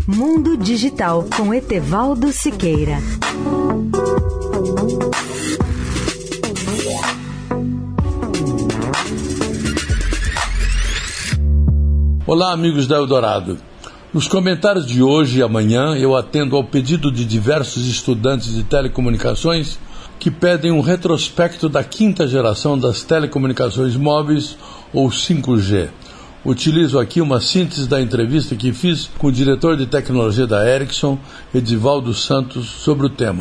Mundo Digital com Etevaldo Siqueira. Olá, amigos da Eldorado. Nos comentários de hoje e amanhã eu atendo ao pedido de diversos estudantes de telecomunicações que pedem um retrospecto da quinta geração das telecomunicações móveis ou 5G. Utilizo aqui uma síntese da entrevista que fiz com o diretor de tecnologia da Ericsson, Edivaldo Santos, sobre o tema.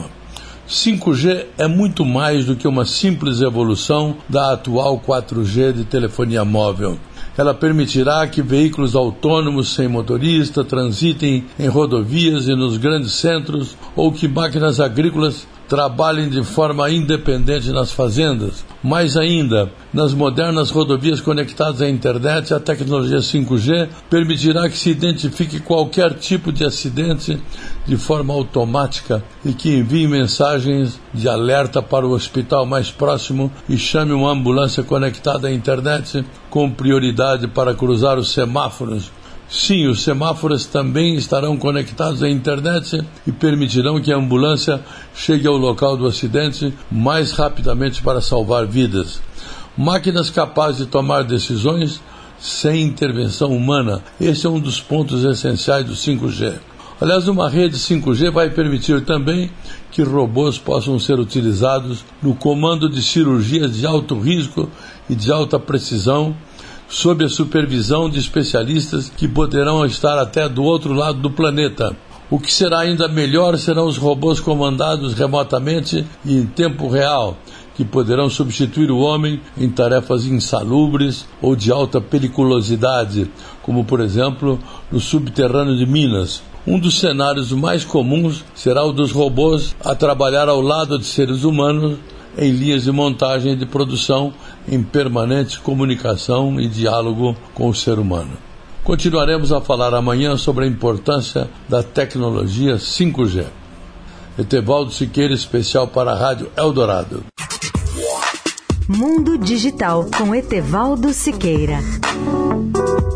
5G é muito mais do que uma simples evolução da atual 4G de telefonia móvel. Ela permitirá que veículos autônomos sem motorista transitem em rodovias e nos grandes centros ou que máquinas agrícolas trabalhem de forma independente nas fazendas. Mais ainda, nas modernas rodovias conectadas à internet, a tecnologia 5G permitirá que se identifique qualquer tipo de acidente de forma automática e que envie mensagens de alerta para o hospital mais próximo e chame uma ambulância conectada à internet com prioridade para cruzar os semáforos. Sim, os semáforos também estarão conectados à internet e permitirão que a ambulância chegue ao local do acidente mais rapidamente para salvar vidas. Máquinas capazes de tomar decisões sem intervenção humana. Esse é um dos pontos essenciais do 5G. Aliás, uma rede 5G vai permitir também que robôs possam ser utilizados no comando de cirurgias de alto risco e de alta precisão, sob a supervisão de especialistas que poderão estar até do outro lado do planeta. O que será ainda melhor serão os robôs comandados remotamente e em tempo real, que poderão substituir o homem em tarefas insalubres ou de alta periculosidade, como por exemplo no subterrâneo de Minas. Um dos cenários mais comuns será o dos robôs a trabalhar ao lado de seres humanos em linhas de montagem e de produção em permanente comunicação e diálogo com o ser humano. Continuaremos a falar amanhã sobre a importância da tecnologia 5G. Etevaldo Siqueira, especial para a Rádio Eldorado. Mundo Digital com Etevaldo Siqueira.